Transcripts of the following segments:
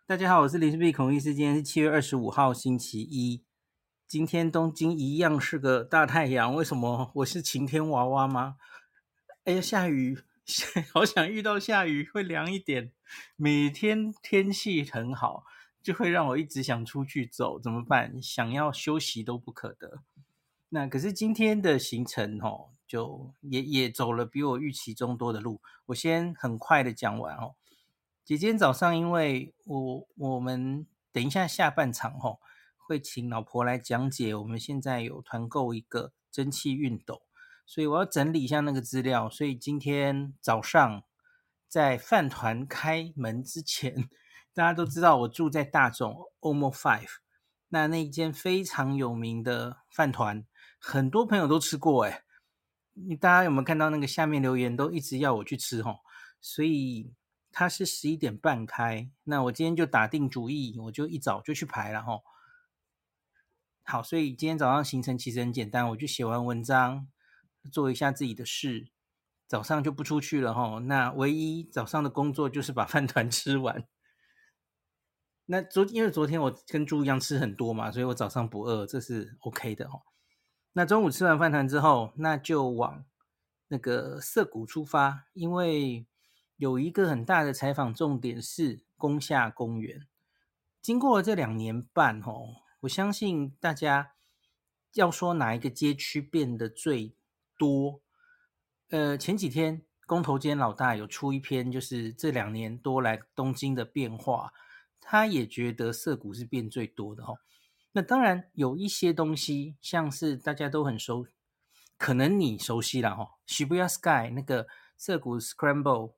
大家好，我是林氏璧孔医师。今天是7月25号，星期一。今天东京一样是个大太阳，为什么？我是晴天娃娃吗？哎呀，下雨，好想遇到下雨，会凉一点。每天天气很好，就会让我一直想出去走，怎么办？想要休息都不可得。那可是今天的行程就也走了比我预期中多的路。我先很快的讲完哦。今天早上因为我们等一下下半场会请老婆来讲解，我们现在有团购一个蒸汽熨斗，所以我要整理一下那个资料。所以今天早上在饭团开门之前，大家都知道我住在大众 OMO Five，那一间非常有名的饭团，很多朋友都吃过诶。大家有没有看到那个下面留言都一直要我去吃所以它是11点半开，那我今天就打定主意，我就一早就去排了好，所以今天早上行程其实很简单，我就写完文章，做一下自己的事，早上就不出去了那唯一早上的工作就是把饭团吃完。那因为昨天我跟猪一样吃很多嘛，所以我早上不饿，这是 OK 的那中午吃完饭团之后，那就往那个涩谷出发，因为有一个很大的采访重点是宫下公园。经过了这2年半我相信大家要说哪一个街区变得最多，前几天工头间老大有出一篇，就是这2年多来东京的变化，他也觉得涩谷是变最多的那当然有一些东西，像是大家都很熟，可能你熟悉啦Shibuya Sky 那个涩谷 Scramble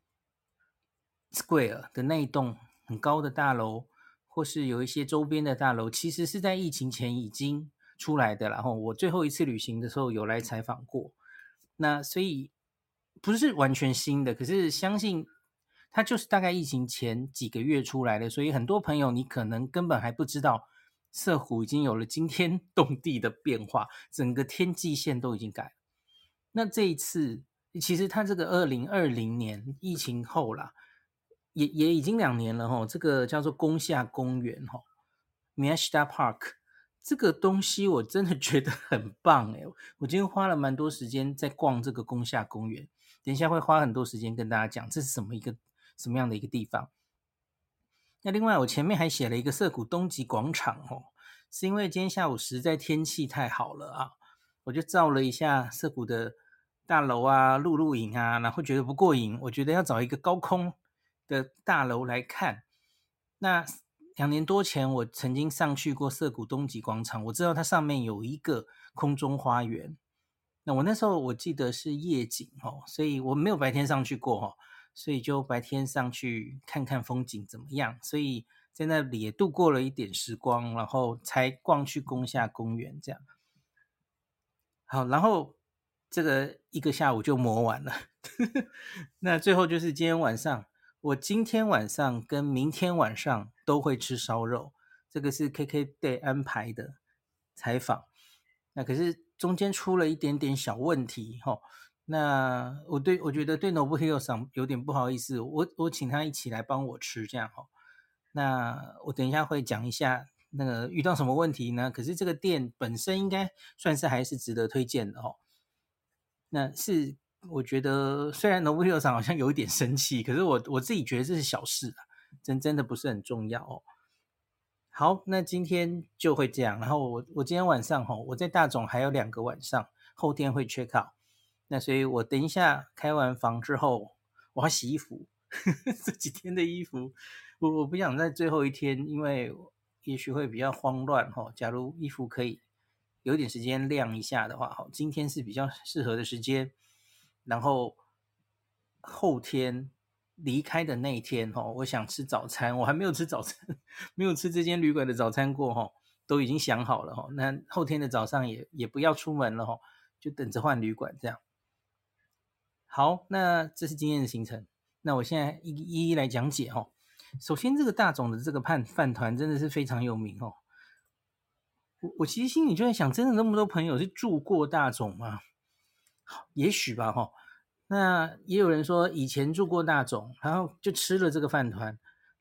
Square 的那一栋很高的大楼，或是有一些周边的大楼，其实是在疫情前已经出来的啦我最后一次旅行的时候有来采访过，那所以不是完全新的，可是相信它就是大概疫情前几个月出来的，所以很多朋友你可能根本还不知道涩谷已经有了惊天动地的变化，整个天际线都已经改了。那这一次其实它这个2020年疫情后啦，也已经2年了这个叫做宫下公园Miyashita Park， 这个东西我真的觉得很棒诶，我今天花了蛮多时间在逛这个宫下公园，等一下会花很多时间跟大家讲这是什么样的一个地方。那另外我前面还写了一个涩谷东极广场是因为今天下午实在天气太好了啊，我就照了一下涩谷的大楼啊，录影啊，然后觉得不过瘾，我觉得要找一个高空的大楼来看。那2年多前我曾经上去过涩谷东极广场，我知道它上面有一个空中花园，那我那时候我记得是夜景所以我没有白天上去过所以就白天上去看看风景怎么样，所以在那里也度过了一点时光，然后才逛去宫下公园这样。好，然后这个一个下午就磨完了那最后就是今天晚上，我今天晚上跟明天晚上都会吃烧肉，这个是 KKday 安排的采访。那可是中间出了一点点小问题那我觉得对 Nobuhiro 桑有点不好意思，我请他一起来帮我吃这样那我等一下会讲一下那个遇到什么问题呢？可是这个店本身应该算是还是值得推荐的那是我觉得虽然 Nobuhiro 桑好像有一点生气，可是我自己觉得这是小事真的不是很重要好，那今天就会这样。然后我今天晚上我在大总还有2个晚上，后天会 check out。那所以我等一下开完房之后，我要洗衣服，这几天的衣服，我不想在最后一天，因为也许会比较慌乱假如衣服可以有点时间晾一下的话今天是比较适合的时间。然后后天离开的那一天我想吃早餐，我还没有吃早餐，没有吃这间旅馆的早餐过都已经想好了那后天的早上也不要出门了就等着换旅馆这样。好，那这是今天的行程，那我现在一一来讲解首先这个大总的这个饭团真的是非常有名我其实心里就在想，真的那么多朋友是住过大总吗？也许吧那也有人说以前住过大总，然后就吃了这个饭团，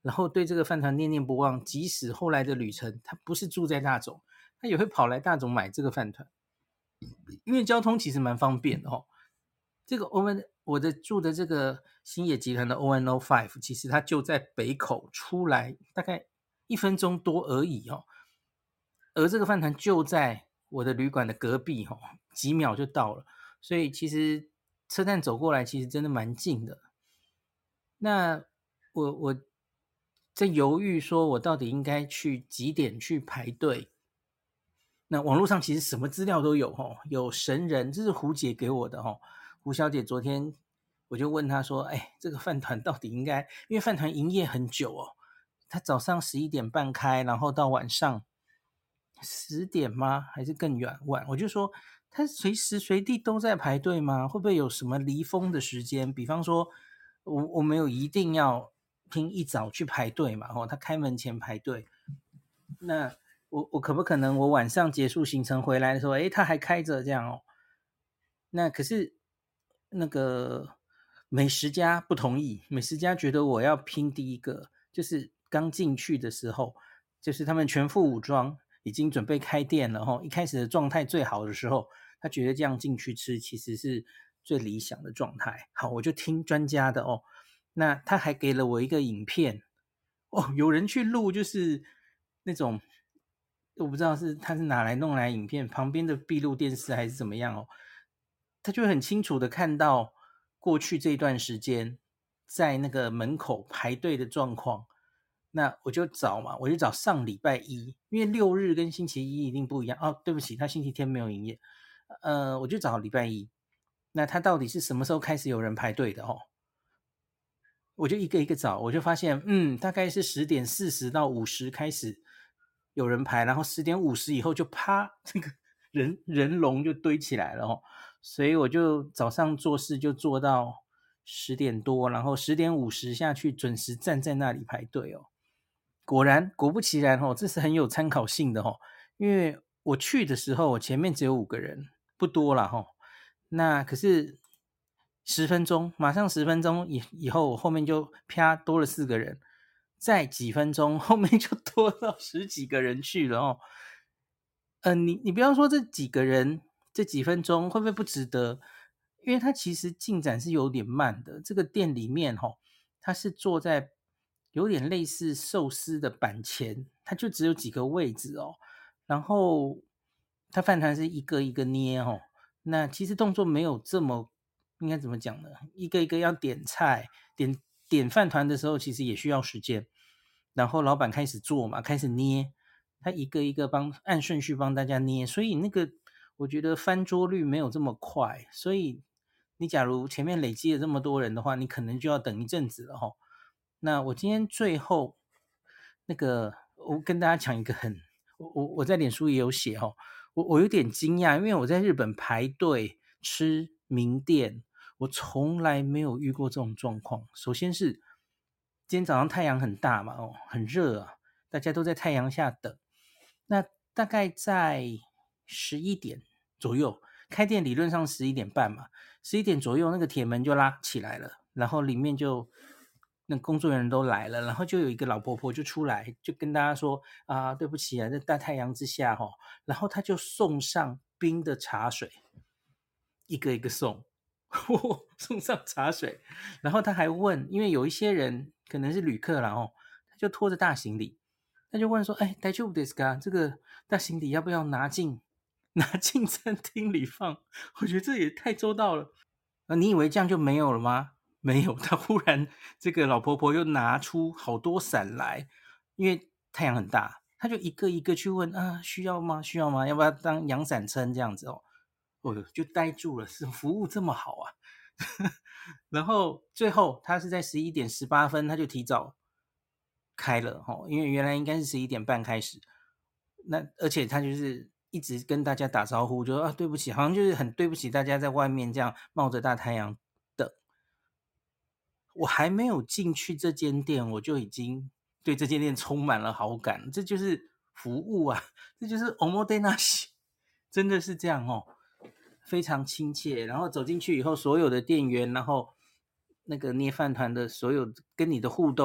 然后对这个饭团念念不忘，即使后来的旅程他不是住在大总，他也会跑来大总买这个饭团，因为交通其实蛮方便的哦。这个我住的这个星野集团的 ONO5，其实它就在北口出来大概1分钟多而已哦，而这个饭团就在我的旅馆的隔壁哦，几秒就到了，所以其实车站走过来其实真的蛮近的。那我在犹豫说，我到底应该去几点去排队？那网络上其实什么资料都有哦，有神人，这是胡姐给我的哦。胡小姐昨天我就问她说：“哎，这个饭团到底应该？因为饭团营业很久哦，它早上11点半开，然后到晚上10点吗？还是更晚？我就说它随时随地都在排队吗？会不会有什么离峰的时间？比方说，我没有一定要拼一早去排队嘛？哦，他开门前排队，那我可不可能我晚上结束行程回来的时候，诶，他还开着这样哦？那可是那个美食家不同意，美食家觉得我要拼第一个，就是刚进去的时候，就是他们全副武装，已经准备开店了哈，一开始的状态最好的时候，他觉得这样进去吃其实是最理想的状态。好，我就听专家的哦。那他还给了我一个影片哦，有人去录就是那种我不知道他是拿来弄来影片，旁边的闭路电视还是怎么样哦，他就很清楚的看到过去这段时间在那个门口排队的状况。那我就找嘛，我就找上礼拜一，因为6日跟星期一一定不一样哦。对不起，他星期天没有营业，我就找礼拜一。那他到底是什么时候开始有人排队的哦？我就一个一个找，我就发现，大概是10:40到50开始有人排，然后10:50以后就啪，这个人龙就堆起来了哦。所以我就早上做事就做到10点多，然后10:50下去准时站在那里排队哦。果不其然哦，这是很有参考性的哦，因为我去的时候，我前面只有5个人，不多了哈。那可是10分钟，马上10分钟以后，我后面就啪多了4个人，再几分钟后面就多到十几个人去了哦。你不要说这几个人这几分钟会不会不值得？因为它其实进展是有点慢的。这个店里面哈、它是坐在有点类似寿司的板前，它就只有几个位置哦。然后它饭团是一个一个捏哦，那其实动作没有这么应该怎么讲呢？一个一个要点菜，点饭团的时候，其实也需要时间。然后老板开始做嘛，开始捏，他一个一个按顺序帮大家捏，所以那个我觉得翻桌率没有这么快。所以你假如前面累积了这么多人的话，你可能就要等一阵子了哈。那我今天最后那个，我跟大家讲一个我在脸书也有写哦，我有点惊讶，因为我在日本排队吃名店，我从来没有遇过这种状况。首先是今天早上太阳很大嘛，哦，很热啊，大家都在太阳下等。那大概在11点左右开店，理论上11点半嘛，11点左右那个铁门就拉起来了，然后里面就那工作人员都来了，然后就有一个老婆婆就出来，就跟大家说啊，对不起啊，在大太阳之下哈，然后他就送上冰的茶水，一个一个送，送上茶水，然后他还问，因为有一些人可能是旅客啦哦，他就拖着大行李，他就问说，哎，大丈夫ですか？这个大行李要不要拿进拿进餐厅里放？我觉得这也太周到了。你以为这样就没有了吗？没有，他忽然这个老婆婆又拿出好多伞来，因为太阳很大，他就一个一个去问啊，需要吗？需要吗？要不要当阳伞撑这样子哦？哦，就呆住了，是服务这么好啊？然后最后他是在11:18，他就提早开了哈，因为原来应该是11点半开始，那而且他就是一直跟大家打招呼，就说啊对不起，好像就是很对不起大家在外面这样冒着大太阳等。我还没有进去这间店，我就已经对这间店充满了好感，这就是服务啊，这就是 omotenashi，真的是这样哦，非常亲切。然后走进去以后，所有的店员，然后那个捏饭团的所有跟你的互动，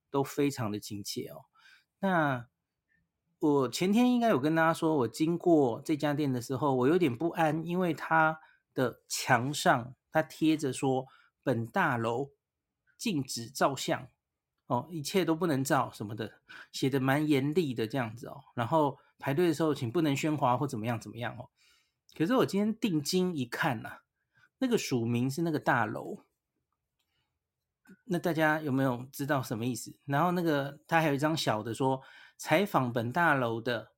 都非常的亲切哦。那我前天应该有跟大家说，我经过这家店的时候，我有点不安，因为它的墙上它贴着说本大楼禁止照相哦，一切都不能照什么的，写的蛮严厉的这样子哦。然后排队的时候，请不能喧哗或怎么样怎么样哦。可是我今天定睛一看啊，那个署名是那个大楼，那大家有没有知道什么意思？然后那个他还有一张小的说，采访本大楼的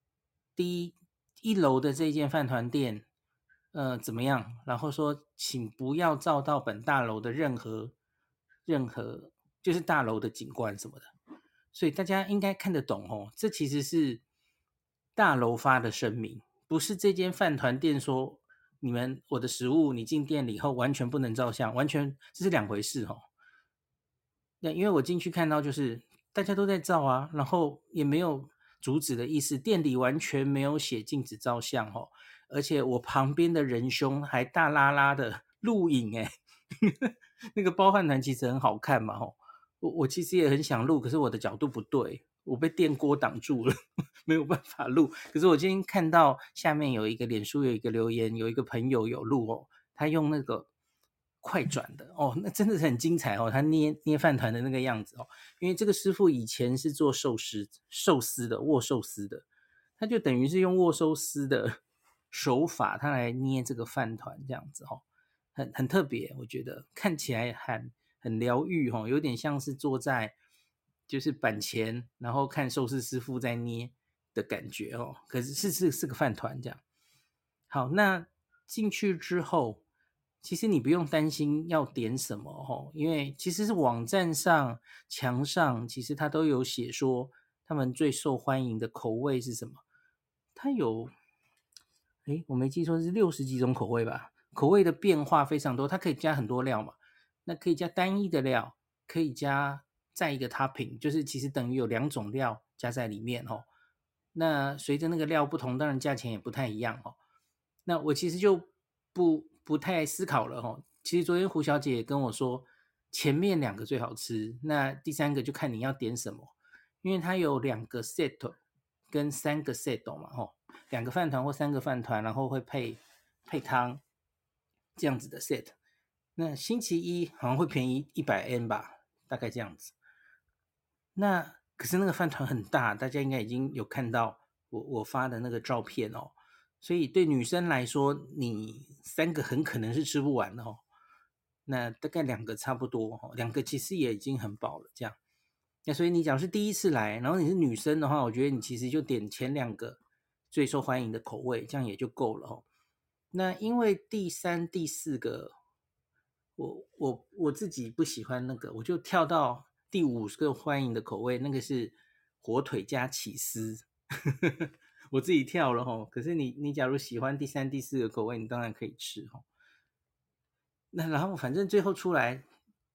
第一楼的这间饭团店，怎么样？然后说，请不要照到本大楼的任何就是大楼的景观什么的。所以大家应该看得懂哦，这其实是大楼发的声明，不是这间饭团店说我的食物你进店里以后完全不能照相，完全这是两回事哦。那因为我进去看到就是大家都在照啊，然后也没有阻止的意思，店里完全没有写禁止照相哦，而且我旁边的仁兄还大拉拉的录影诶，那个包饭团其实很好看嘛吼，我其实也很想录，可是我的角度不对，我被电锅挡住了，没有办法录。可是我今天看到下面有一个脸书有一个留言，有一个朋友有录哦，他用那个快转的哦，那真的是很精彩哦，他捏饭团的那个样子哦，因为这个师傅以前是做寿司的握寿司的，他就等于是用握寿司的手法，他来捏这个饭团这样子哦，很特别，我觉得看起来很疗愈哦，有点像是坐在就是板前，然后看寿司师傅在捏的感觉哦。可是是个饭团这样。好，那进去之后，其实你不用担心要点什么哦，因为其实是网站上墙上其实它都有写说他们最受欢迎的口味是什么。它有，诶，我没记错是60几种口味吧，口味的变化非常多，它可以加很多料嘛，那可以加单一的料，可以加再一个 topping，就是其实等于有2种料加在里面哦。那随着那个料不同，当然价钱也不太一样哦。那我其实就不太思考了哦。其实昨天胡小姐也跟我说，前面2个最好吃，那第3个就看你要点什么，因为它有2个 set 跟3个 set 嘛吼。2个饭团或3个饭团，然后会配汤这样子的 set。那星期一好像会便宜100N 吧，大概这样子。那可是那个饭团很大，大家应该已经有看到我发的那个照片哦。所以对女生来说，你3个很可能是吃不完的哦。那大概2个差不多哦，2个其实也已经很饱了这样。那所以你假如是第一次来，然后你是女生的话，我觉得你其实就点前2个最受欢迎的口味，这样也就够了哦。那因为第3、第4个，我自己不喜欢那个，我就跳到第5个欢迎的口味，那个是火腿加起司，我自己跳了吼。可是你假如喜欢第3、第4个口味，你当然可以吃吼。那然后反正最后出来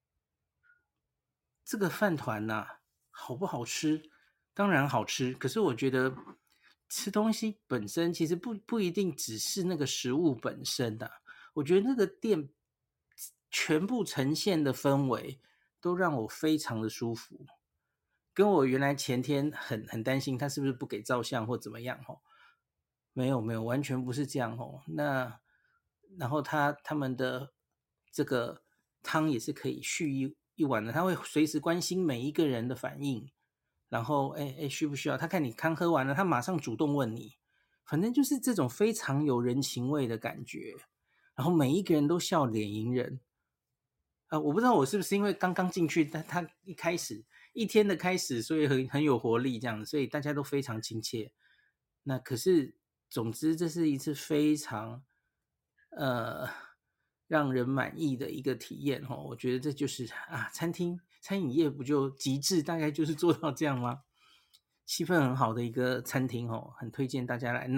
这个饭团呐，好不好吃？当然好吃，可是我觉得吃东西本身其实不一定只是那个食物本身的，我觉得那个店全部呈现的氛围都让我非常的舒服，跟我原来前天很担心他是不是不给照相或怎么样哦，没有，完全不是这样哦。那然后他们的这个汤也是可以续一碗的，他会随时关心每一个人的反应，然后需不需要？他看你汤喝完了，他马上主动问你，反正就是这种非常有人情味的感觉。然后每一个人都笑脸迎人我不知道我是不是因为刚刚进去，但他一天的开始，所以很有活力这样，所以大家都非常亲切。那可是，总之这是一次非常呃让人满意的一个体验哦。我觉得这就是餐饮业不就极致，大概就是做到这样吗？气氛很好的一个餐厅哦，很推荐大家来。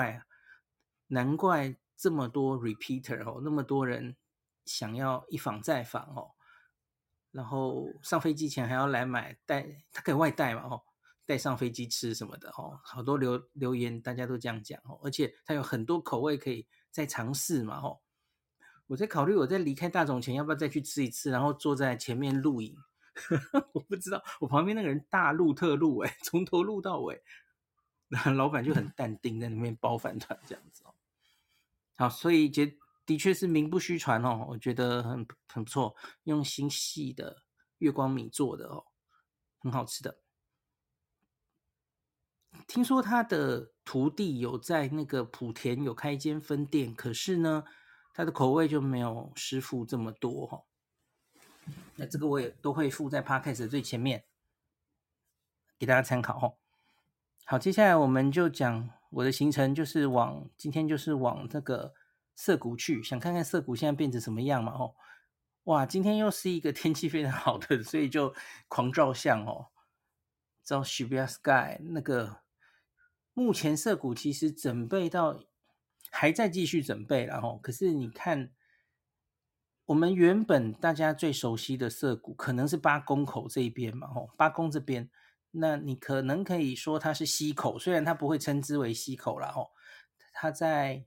难怪这么多 repeater 哦，那么多人想要一访再访哦。然后上飞机前还要来买他可以外带嘛哦，带上飞机吃什么的哦，好多留言大家都这样讲哦，而且它有很多口味可以再尝试嘛哦。我在考虑我在离开大众前要不要再去吃一次，然后坐在前面录影， 我不知道，我旁边那个人大录特录，从头录到尾，然后老板就很淡定在那边包饭团这样子哦。好，所以的确是名不虚传哦，我觉得很不错，用心细的月光米做的哦，很好吃的。听说他的徒弟有在那个莆田有开一间分店，可是呢，他的口味就没有师傅这么多哈。那这个我也都会附在 podcast 的最前面，给大家参考哦。好，接下来我们就讲我的行程，就是今天就是往这个涩谷去，想看看涩谷现在变成什么样嘛哦。哇，今天又是一个天气非常好的，所以就狂照相哦。照 Shibuya Sky 那个，目前涩谷其实准备到还在继续准备然后，可是你看，我们原本大家最熟悉的涩谷可能是八公口这一边嘛，吼，八公这边，那你可能可以说它是西口，虽然它不会称之为西口啦，吼，它在，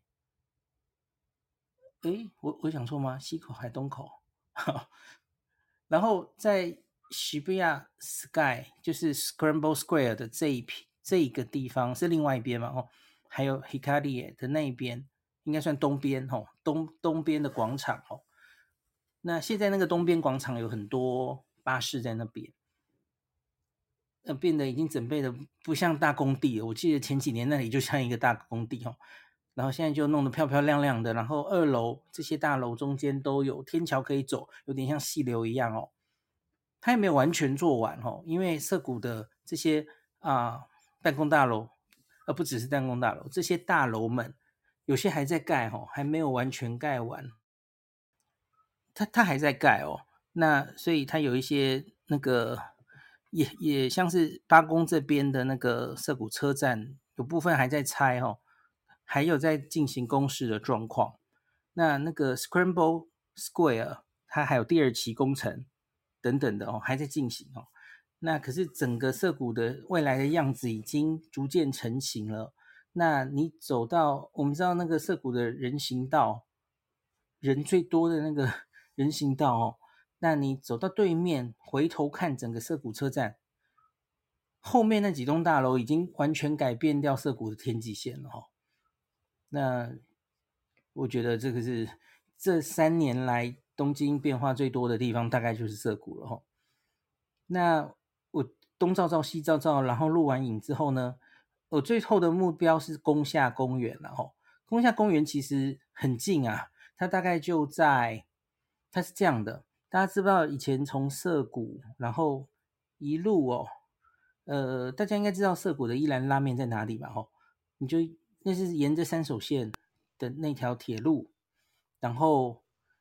诶，我讲错吗？西口还东口？然后在 Shibuya Sky 就是 Scramble Square 的这一个地方是另外一边嘛，哦，还有 Hikarie 的那一边应该算东边哦，东边的广场哦。那现在那个东边广场有很多巴士在那边，变得已经准备的不像大工地了。我记得前几年那里就像一个大工地哦，然后现在就弄得漂漂亮亮的，然后二楼这些大楼中间都有天桥可以走，有点像细流一样哦。它也没有完全做完哦，因为涩谷的这些办公大楼，不只是办公大楼，这些大楼们有些还在盖哦，还没有完全盖完。它还在盖哦，那所以它有一些那个也像是八公这边的那个涩谷车站，有部分还在拆哦，还有在进行公示的状况。那个 Scramble Square 它还有第二期工程等等的哦，还在进行哦。那可是整个涩谷的未来的样子已经逐渐成型了。那你走到我们知道那个涩谷的人行道，人最多的那个人行道哦，那你走到对面，回头看整个涩谷车站，后面那几栋大楼已经完全改变掉涩谷的天际线了哦。那我觉得这个是这3年来东京变化最多的地方，大概就是涩谷了哈。那我东照照西照照，然后录完影之后呢，我最后的目标是宫下公园，然后宫下公园其实很近啊，它大概就在，它是这样的，大家知不知道以前从涩谷，然后一路哦，大家应该知道涩谷的一兰拉面在哪里吧？吼，你就那是沿着山手线的那条铁路，然后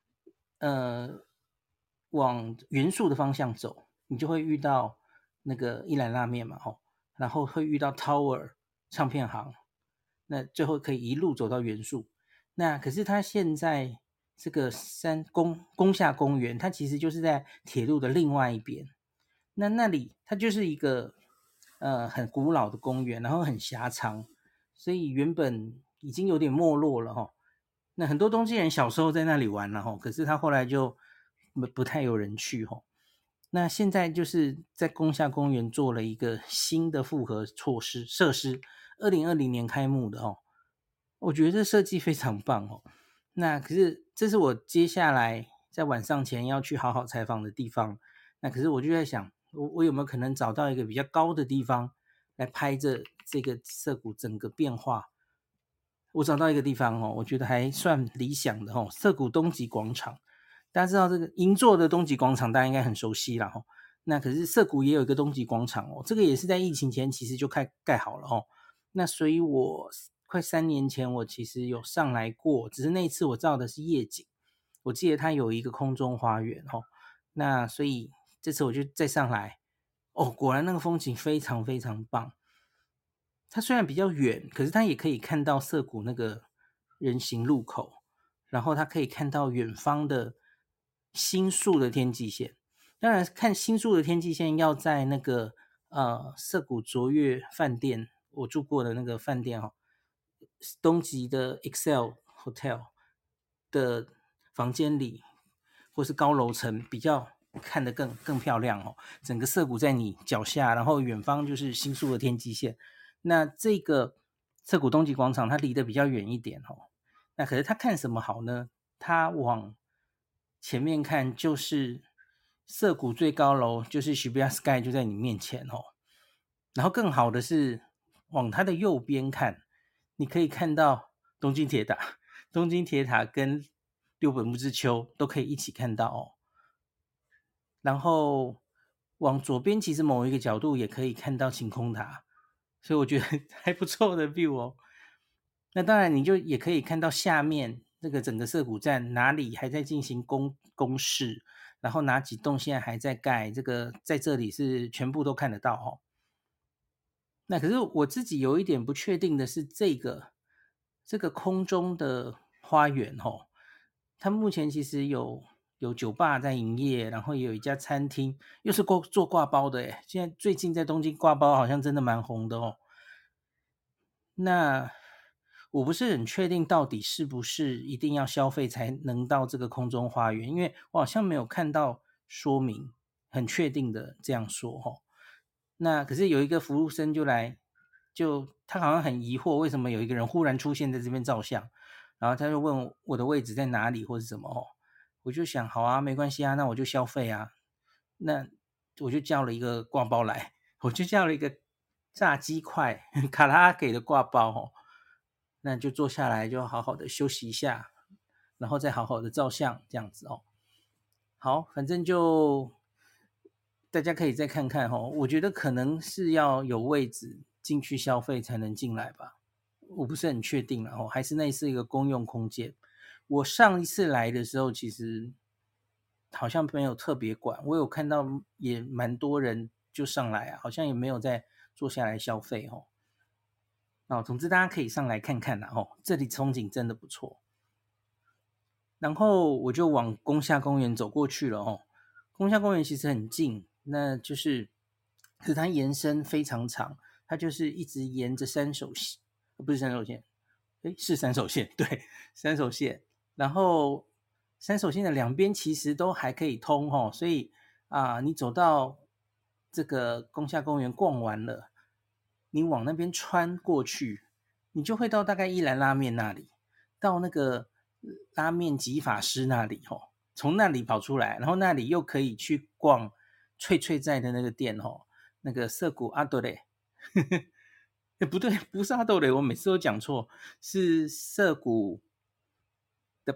往原宿的方向走，你就会遇到那个一兰拉面嘛，吼，然后会遇到 Tower 唱片行，那最后可以一路走到原宿。那可是它现在这个宫下公园，它其实就是在铁路的另外一边。那里它就是一个很古老的公园，然后很狭长，所以原本已经有点没落了哈。那很多东京人小时候在那里玩了哈，可是他后来就不太有人去哈。那现在就是在宫下公园做了一个新的复合设施，2020年开幕的哦。我觉得这设计非常棒哦。那可是这是我接下来在晚上前要去好好采访的地方。那可是我就在想，我有没有可能找到一个比较高的地方来拍这个涩谷整个变化？我找到一个地方哦，我觉得还算理想的哦，涩谷东极广场。大家知道这个银座的东极广场，大家应该很熟悉啦哦。那可是涩谷也有一个东极广场哦，这个也是在疫情前其实就盖好了哦。那所以我快3年前我其实有上来过，只是那一次我照的是夜景，我记得它有一个空中花园哦。那所以这次我就再上来，哦，果然那个风景非常非常棒。它虽然比较远，可是它也可以看到涩谷那个人行路口，然后它可以看到远方的新宿的天际线。当然，看新宿的天际线要在那个涩谷卓越饭店，我住过的那个饭店哦，东极的 Excel Hotel 的房间里，或是高楼层比较看得更漂亮哦。整个涩谷在你脚下，然后远方就是新宿的天际线。那这个涩谷冬季广场它离得比较远一点哦。那可是它看什么好呢？它往前面看就是涩谷最高楼，就是 Shibuya Sky 就在你面前哦。然后更好的是往它的右边看，你可以看到东京铁塔，东京铁塔跟六本木之丘都可以一起看到哦。然后往左边其实某一个角度也可以看到晴空塔，所以我觉得还不错的 view 哦。那当然你就也可以看到下面那个整个涩谷站哪里还在进行公事，然后哪几栋现在还在盖，这个在这里是全部都看得到哦。那可是我自己有一点不确定的是，这个空中的花园哦，它目前其实有酒吧在营业，然后也有一家餐厅，又是做挂包的诶，现在最近在东京挂包好像真的蛮红的哦。那我不是很确定到底是不是一定要消费才能到这个空中花园，因为我好像没有看到说明很确定的这样说哦。那可是有一个服务生就他好像很疑惑，为什么有一个人忽然出现在这边照相，然后他就问我的位置在哪里或是什么哦。我就想好啊，没关系啊，那我就消费啊。那我就叫了一个挂包来，我就叫了一个炸鸡块卡拉给的挂包哦。那就坐下来就好好的休息一下，然后再好好的照相这样子哦。好，反正就大家可以再看看哦。我觉得可能是要有位置进去消费才能进来吧，我不是很确定哦，还是那是一个公用空间。我上一次来的时候，其实好像没有特别管，我有看到也蛮多人就上来啊，好像也没有再坐下来消费哦。总之大家可以上来看看啦哦，这里风景真的不错。然后我就往宫下公园走过去了哦。宫下公园其实很近，那就是可是它延伸非常长，它就是一直沿着山手线，不是山手线，诶，是山手线，对，山手线。然后山手线的两边其实都还可以通哦，所以你走到这个宫下公园逛完了，你往那边穿过去，你就会到大概一兰拉面那里，到那个拉面吉法师那里哦，从那里跑出来，然后那里又可以去逛翠翠在的那个店哦，那个涩谷阿多雷，不对，不是阿多雷，我每次都讲错，是涩谷的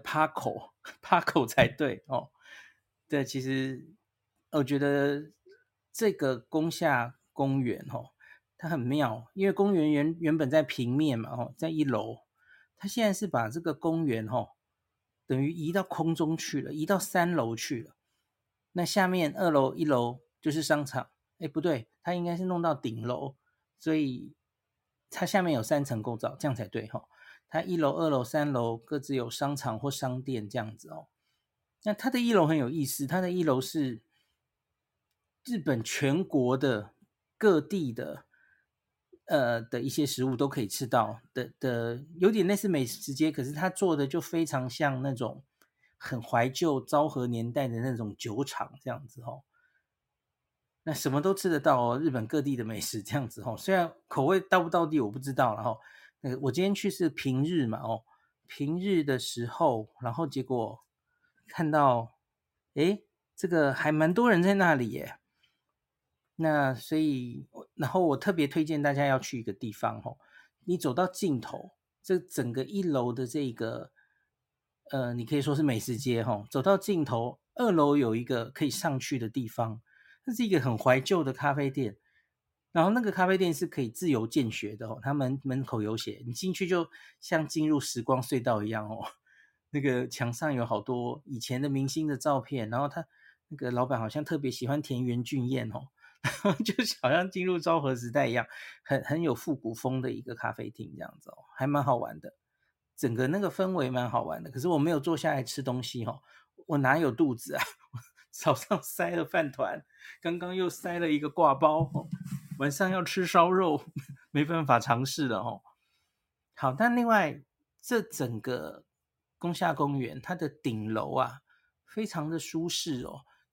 Parco 才对哦。对，其实我觉得这个宫下公园哦，它很妙，因为公园原本在平面嘛哦，在一楼，它现在是把这个公园哦，等于移到空中去了，移到3楼去了。那下面2楼、1楼就是商场，哎不对，它应该是弄到顶楼，所以它下面有3层构造，这样才对哈、哦。它1楼、2楼、3楼各自有商场或商店这样子哦。那它的1楼很有意思，它的1楼是日本全国的各地的一些食物都可以吃到的，有点类似美食街，可是它做的就非常像那种很怀旧昭和年代的那种酒厂这样子哦。那什么都吃得到哦，日本各地的美食这样子哦，虽然口味到不到地我不知道，然后我今天去是平日嘛哦，平日的时候，然后结果看到，诶，这个还蛮多人在那里耶。那所以，然后我特别推荐大家要去一个地方哦，你走到尽头，这整个1楼的这个，你可以说是美食街哈、走到尽头，2楼有一个可以上去的地方，那是一个很怀旧的咖啡店，然后那个咖啡店是可以自由见学的哦，它门口有写，你进去就像进入时光隧道一样哦。那个墙上有好多以前的明星的照片，然后他那个老板好像特别喜欢田园俊彦哦，就是好像进入昭和时代一样，很有复古风的一个咖啡厅这样子哦，还蛮好玩的，整个那个氛围蛮好玩的。可是我没有坐下来吃东西哦，我哪有肚子啊？早上塞了饭团，刚刚又塞了一个挂包哦，晚上要吃烧肉，没办法尝试了哦。好，但另外这整个宫下公园它的顶楼啊，非常的舒适哦。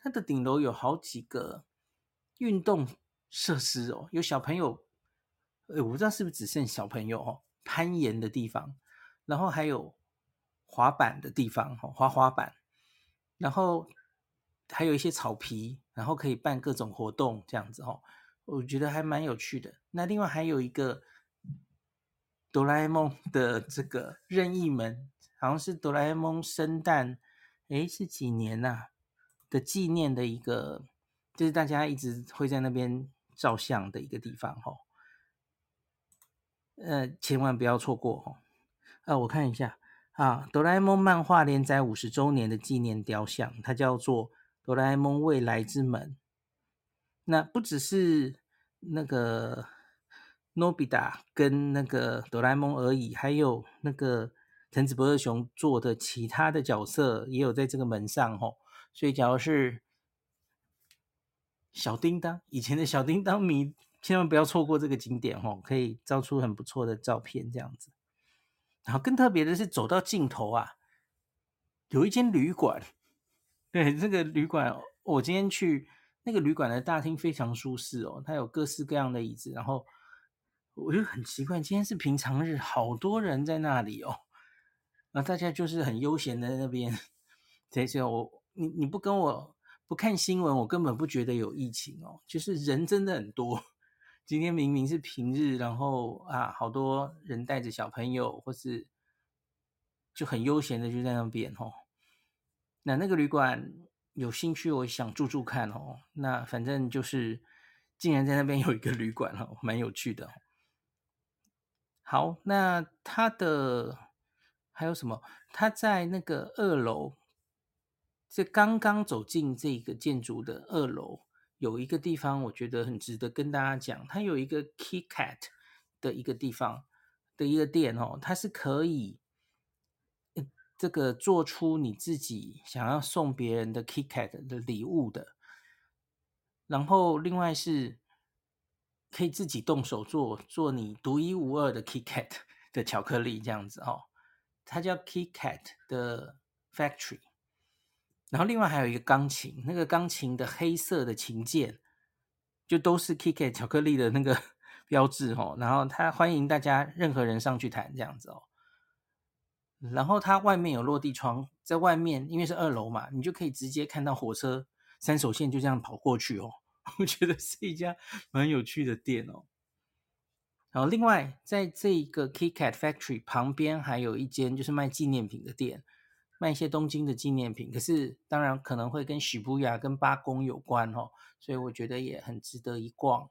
它的顶楼有好几个运动设施哦，有小朋友，我不知道是不是只剩小朋友哦，攀岩的地方，然后还有滑板的地方哦，滑板，然后还有一些草皮，然后可以办各种活动这样子哦，我觉得还蛮有趣的。那另外还有一个哆啦 A 梦的这个任意门，好像是哆啦 A 梦生诞，诶，是几年呐、的纪念的一个，就是大家一直会在那边照相的一个地方哈、千万不要错过哈、我看一下啊，哆啦 A 梦漫画连载50周年的纪念雕像，它叫做哆啦 A 梦未来之门。那不只是那个诺比达跟那个哆啦 A 梦而已，还有那个藤子不二雄做的其他的角色也有在这个门上吼。所以，假如是小叮当以前的小叮当迷，千万不要错过这个景点吼，可以照出很不错的照片这样子。然后更特别的是，走到尽头啊，有一间旅馆。对，这个旅馆，我今天去那个旅馆的大厅非常舒适哦，它有各式各样的椅子，然后我就很奇怪，今天是平常日，好多人在那里哦，那大家就是很悠闲的在那边。所以你不跟我不看新闻，我根本不觉得有疫情哦，就是人真的很多。今天明明是平日，然后啊，好多人带着小朋友，或是就很悠闲的就在那边哦。那个旅馆有兴趣，我想住住看哦。那反正就是竟然在那边有一个旅馆哦，蛮有趣的哦。好，那它的还有什么？它在那个2楼，这刚刚走进这个建筑的2楼，有一个地方，我觉得很值得跟大家讲。它有一个 KitKat 的一个地方的一个店哦，它是可以这个做出你自己想要送别人的 KitKat 的礼物的。然后另外是可以自己动手做你独一无二的 KitKat 的巧克力这样子哦，它叫 KitKat 的 Factory。然后另外还有一个钢琴，那个钢琴的黑色的琴键就都是 KitKat 巧克力的那个标志哦。然后它欢迎大家任何人上去弹这样子哦。然后它外面有落地窗，在外面因为是2楼嘛，你就可以直接看到火车三手线就这样跑过去哦。我觉得是一家蛮有趣的店哦。然后另外在这个 KitKat Factory 旁边还有一间就是卖纪念品的店，卖一些东京的纪念品，可是当然可能会跟许布雅跟八公有关哦，所以我觉得也很值得一逛。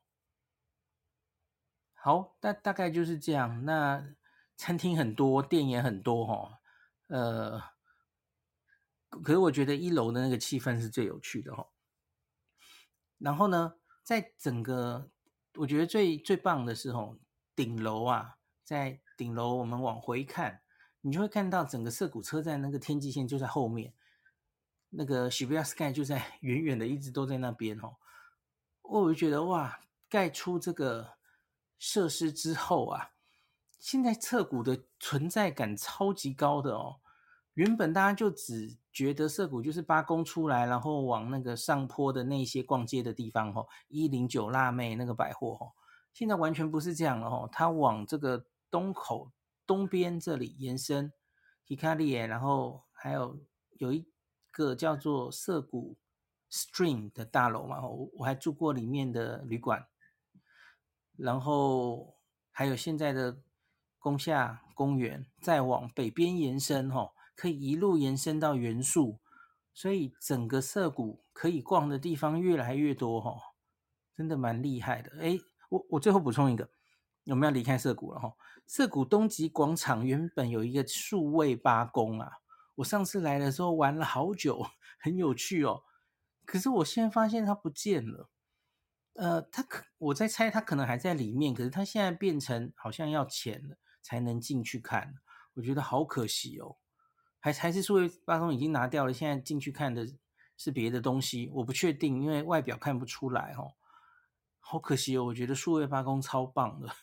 好，大概就是这样。那餐厅很多，店也很多哦。呃，可是我觉得1楼的那个气氛是最有趣的哦。然后呢，在整个我觉得最棒的是哦，顶楼啊，在顶楼我们往回看，你就会看到整个涩谷车站那个天际线就在后面，那个 Shibuya Sky 就在远远的一直都在那边哦。我就觉得哇，盖出这个设施之后啊，现在涩谷的存在感超级高的哦。原本大家就只觉得涩谷就是八公出来，然后往那个上坡的那些逛街的地方哦，109辣妹那个百货哦，现在完全不是这样了哦，它往这个东口东边这里延伸，Hikarie，然后还有一个叫做涩谷 Stream 的大楼嘛，我还住过里面的旅馆，然后还有现在的宫下公园，再往北边延伸可以一路延伸到原宿，所以整个涩谷可以逛的地方越来越多真的蛮厉害的。诶，我最后补充一个，我们要离开涩谷了涩谷东极广场原本有一个数位八公啊，我上次来的时候玩了好久，很有趣哦。可是我现在发现它不见了。我在猜它可能还在里面，可是它现在变成好像要钱了才能进去看，我觉得好可惜哦。还是数位八公已经拿掉了，现在进去看的是别的东西，我不确定，因为外表看不出来哦。好可惜哦，我觉得数位八公超棒的。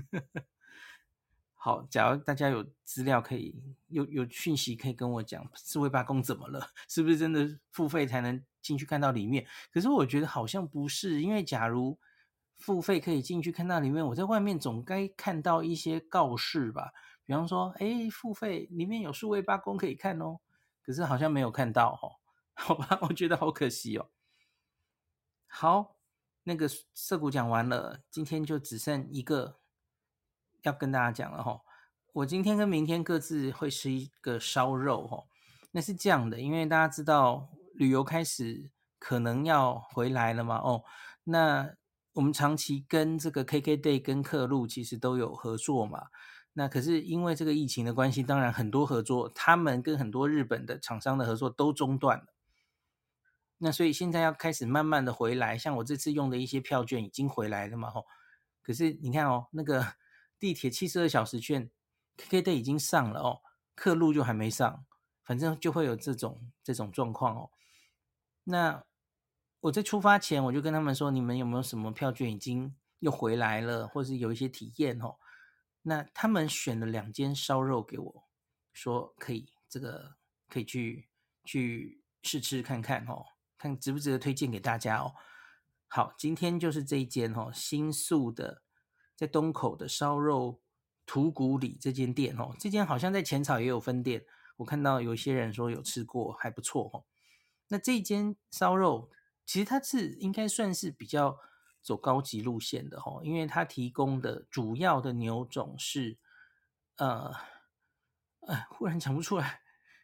好，假如大家有资料可以有讯息可以跟我讲，数位八公怎么了？是不是真的付费才能进去看到里面。可是我觉得好像不是，因为假如付费可以进去看到里面，我在外面总该看到一些告示吧，比方说，付费里面有数位八公可以看哦，可是好像没有看到哦，好吧，我觉得好可惜哦。好，那个涩谷讲完了，今天就只剩一个要跟大家讲了哈。我今天跟明天各自会吃一个烧肉哈。那是这样的，因为大家知道旅游开始可能要回来了嘛哦。那我们长期跟这个 KKday 跟客路其实都有合作嘛。那可是因为这个疫情的关系，当然很多合作，他们跟很多日本的厂商的合作都中断了。那所以现在要开始慢慢的回来，像我这次用的一些票券已经回来了嘛吼。可是你看哦，那个地铁72小时券 KKday 已经上了哦，客路就还没上，反正就会有这种状况哦。那我在出发前我就跟他们说，你们有没有什么票券已经又回来了，或是有一些体验哦？那他们选了2间烧肉给我，说可以这个可以去试吃看看哦。看值不值得推荐给大家哦。好，今天就是这一间哦，新宿的在东口的烧肉土谷里这间店哦，这间好像在浅草也有分店，我看到有些人说有吃过，还不错哦。那这一间烧肉其实它是应该算是比较走高级路线的哦，因为它提供的主要的牛种是呃忽然讲不出来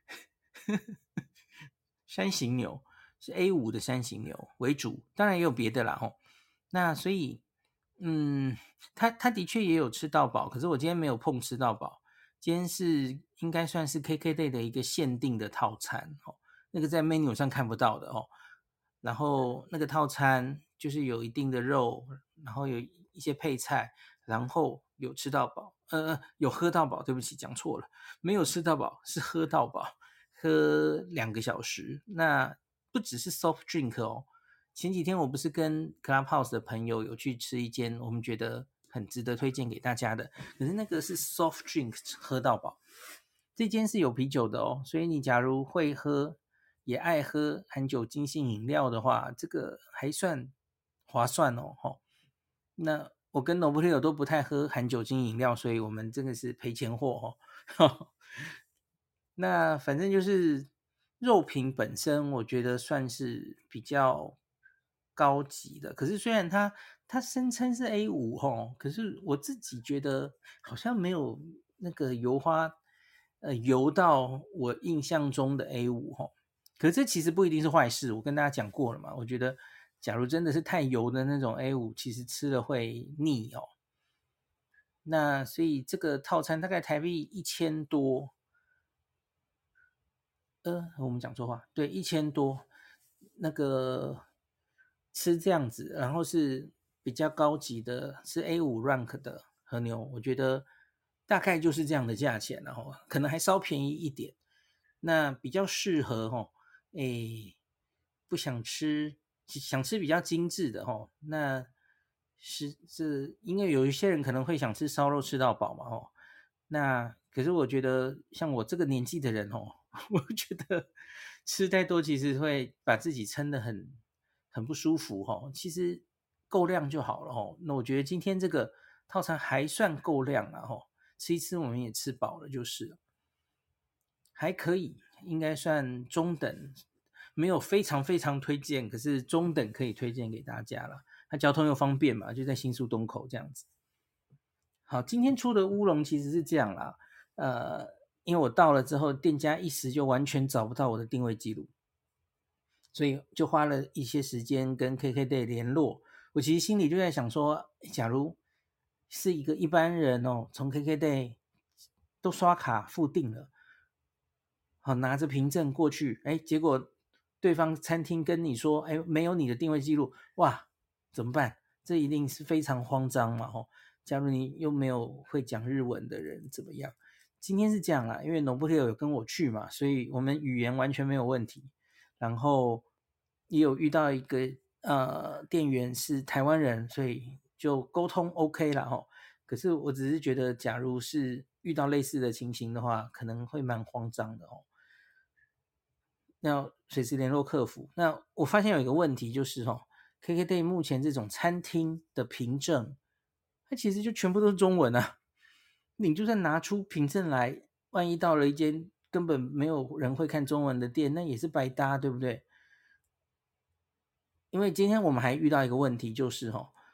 山形牛，是 A5的山形牛为主，当然也有别的啦吼。那所以，他的确也有吃到饱，可是我今天没有碰吃到饱，今天是应该算是 KKday 的一个限定的套餐哦，那个在 menu 上看不到的哦。然后那个套餐就是有一定的肉，然后有一些配菜，然后有吃到饱，有喝到饱，对不起，讲错了，没有吃到饱，是喝到饱。喝2个小时，那不只是 soft drink 哦。前几天我不是跟 Clubhouse 的朋友有去吃一间我们觉得很值得推荐给大家的，可是那个是 soft drink 喝到饱，这间是有啤酒的哦，所以你假如会喝也爱喝含酒精性饮料的话，这个还算划算哦。那我跟 Nobuhiro 都不太喝含酒精饮料，所以我们真的是赔钱货哦。那反正就是肉品本身，我觉得算是比较高级的。可是虽然它声称是 A5吼，可是我自己觉得好像没有那个油花油到我印象中的 A5吼。可是这其实不一定是坏事，我跟大家讲过了嘛。我觉得假如真的是太油的那种 A5，其实吃了会腻哦。那所以这个套餐大概台币1000多。我们讲错话，对，1000多，那个吃这样子，然后是比较高级的，是 A5 rank 的和牛，我觉得大概就是这样的价钱，然后可能还稍便宜一点，那比较适合诶，不想吃，想吃比较精致的那是因为有一些人可能会想吃烧肉吃到饱嘛那可是我觉得像我这个年纪的人我觉得吃太多其实会把自己撑得很不舒服其实够量就好了那我觉得今天这个套餐还算够量了吃一吃我们也吃饱了就是了，还可以，应该算中等，没有非常非常推荐，可是中等可以推荐给大家了。它交通又方便嘛，就在新宿东口这样子。好，今天出的乌龙其实是这样啦，因为我到了之后，店家一时就完全找不到我的定位记录，所以就花了一些时间跟 KKday 联络。我其实心里就在想说，假如是一个一般人从 KKday 都刷卡付定了，好拿着凭证过去，结果对方餐厅跟你说，没有你的定位记录，哇，怎么办？这一定是非常慌张嘛，假如你又没有会讲日文的人，怎么样？今天是这样啦，因为 Nobuhiro 有跟我去嘛，所以我们语言完全没有问题。然后也有遇到一个店员是台湾人，所以就沟通 OK 啦可是我只是觉得，假如是遇到类似的情形的话，可能会蛮慌张的要随时联络客服。那我发现有一个问题就是KKday 目前这种餐厅的凭证，它其实就全部都是中文啊。你就算拿出凭证来，万一到了一间根本没有人会看中文的店，那也是白搭，对不对？因为今天我们还遇到一个问题，就是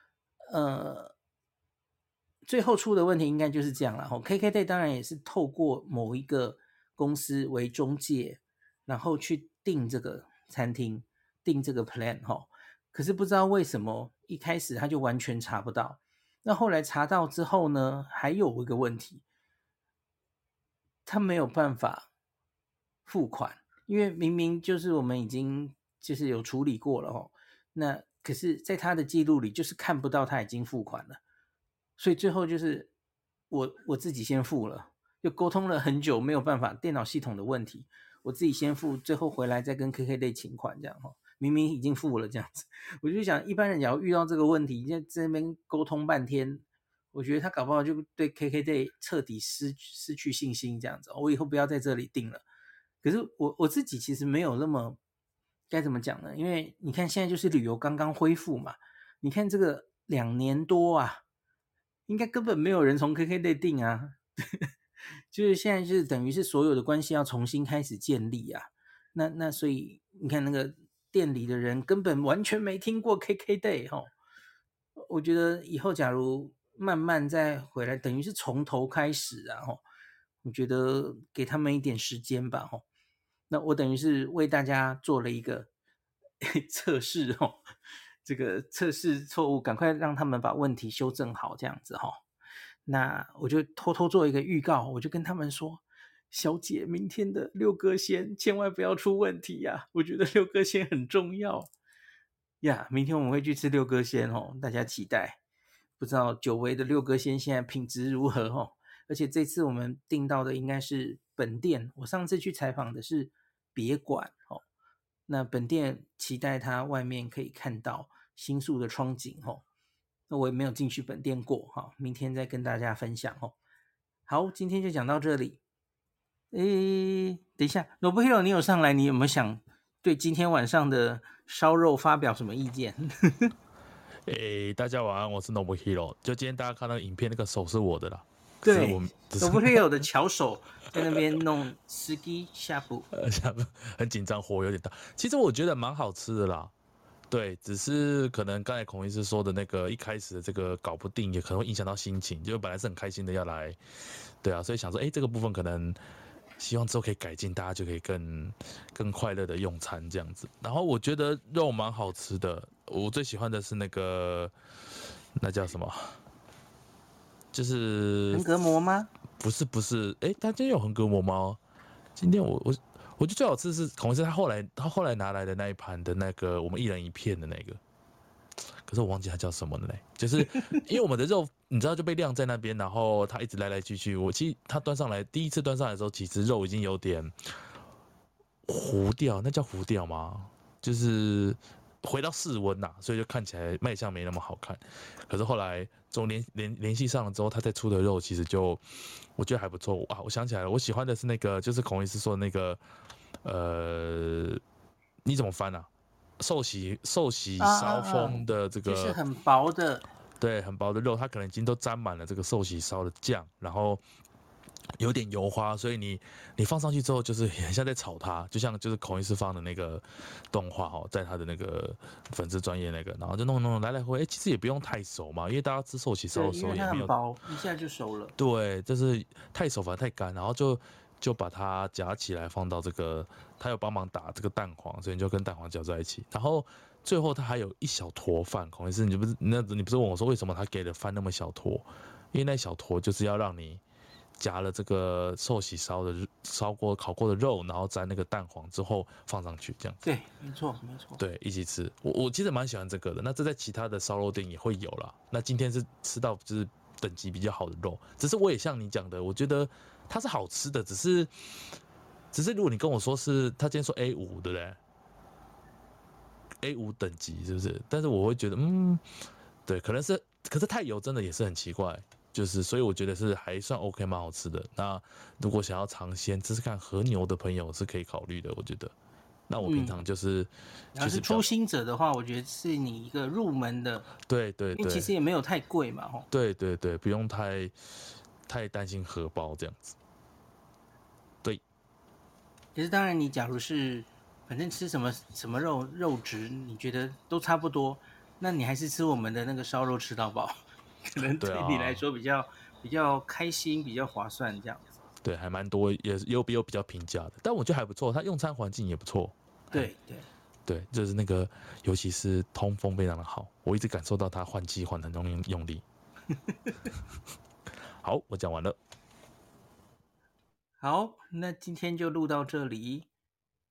最后出的问题应该就是这样了。KKday 当然也是透过某一个公司为中介，然后去订这个餐厅，订这个 plan 可是不知道为什么一开始他就完全查不到。那后来查到之后呢，还有一个问题，他没有办法付款，因为明明就是我们已经就是有处理过了那可是在他的记录里就是看不到他已经付款了。所以最后就是我自己先付了，就沟通了很久，没有办法，电脑系统的问题，我自己先付，最后回来再跟 KKday 请款这样明明已经付了这样子。我就想一般人假如遇到这个问题，在那边沟通半天，我觉得他搞不好就对 KKday 彻底失去信心这样子，我以后不要在这里订了。可是我自己其实没有那么该怎么讲呢？因为你看现在就是旅游刚刚恢复嘛，你看这个2年多啊，应该根本没有人从 KKday 订啊，就是现在就是等于是所有的关系要重新开始建立啊。那所以你看那个店里的人根本完全没听过 KKday 我觉得以后假如慢慢再回来，等于是从头开始啊我觉得给他们一点时间吧那我等于是为大家做了一个测试这个测试错误，赶快让他们把问题修正好这样子那我就偷偷做一个预告，我就跟他们说，小姐明天的六哥鲜千万不要出问题呀，我觉得六哥鲜很重要呀。明天我们会去吃六哥鲜大家期待。不知道久违的六哥鲜现在品质如何而且这次我们订到的应该是本店，我上次去采访的是别馆那本店期待它外面可以看到新宿的窗景那我也没有进去本店过明天再跟大家分享好，今天就讲到这里。等一下 Nobuhiro 你有上来，你有没有想对今天晚上的烧肉发表什么意见？ 大家晚安，我是 Nobuhiro。就今天大家看到影片，那个手是我的啦。 对，Nobuhiro 的巧手在那边弄司机下部， 很紧张，火有点大。其实我觉得蛮好吃的啦。对，只是可能刚才孔医师说的那个一开始的这个搞不定，也可能会影响到心情。就本来是很开心的要来，对啊，所以想说，这个部分可能希望之后可以改进，大家就可以更快乐的用餐这样子。然后我觉得肉蛮好吃的，我最喜欢的是那叫什么？就是横膈膜吗？ 不是，他今天有横膈膜吗？今天我觉得最好吃的是孔医师他后来拿来的那一盘的那个我们一人一片的那个，可是我忘记它叫什么了嘞。就是因为我们的肉你知道就被晾在那边，然后它一直来来去去。其实它端上来第一次端上来的时候，其实肉已经有点糊掉，那叫糊掉吗？就是回到室温呐，所以就看起来卖相没那么好看。可是后来总联系上了之后，他再出的肉其实就我觉得还不错啊。我想起来了，我喜欢的是那个，就是孔医师说的那个，你怎么翻啊？寿喜烧风的这个， 就是很薄的， 对，很薄的肉，它可能已经都沾满了这个寿喜烧的酱，然后有点油花，所以你放上去之后，就是很像在炒它，就像就是孔医师放的那个动画在他的那个粉丝专业那个，然后就弄来来回，其实也不用太熟嘛，因为大家吃寿喜烧的时候因为它也没有很薄，一下就熟了。 对，就是太熟反而太干，然后就把它夹起来放到这个，他有帮忙打这个蛋黄，所以你就跟蛋黄搅在一起，然后最后他还有一小坨饭，孔医师你不是问我说为什么他给的饭那么小坨？因为那小坨就是要让你夹了这个寿喜烧的烤过的肉，然后沾那个蛋黄之后放上去，这样子。 对，没错。 对，一起吃。我其实蛮喜欢这个的。那这在其他的烧肉店也会有啦。那今天是吃到就是等级比较好的肉，只是我也像你讲的，我觉得它是好吃的，只是如果你跟我说是他今天说 A5 对不对？A5 等级是不是？但是我会觉得对，可是太油真的也是很奇怪。就是所以我觉得是还算 OK 蛮好吃的。那如果想要尝鲜吃吃看和牛的朋友是可以考虑的，我觉得。 那我平常就是， 然后是初心者的话，我觉得是你一个入门的， 对对因为其实对也没有太贵嘛，吼。 对对对，不用太担心荷包这样子。对， 其实当然，你假如是反正吃什么肉质，你觉得都差不多，那你还是吃我们的那个烧肉吃到饱，可能对对你来啊， 说比较开心，比较划算这样子。 对，还蛮多，也有比较平价的，但我觉得还不错，它用餐环境也不错。 对对， 对，就是那个，尤其是通风非常的好，我一直感受到它换气换得很用力。好，我讲完了。 好，那今天就录到这里。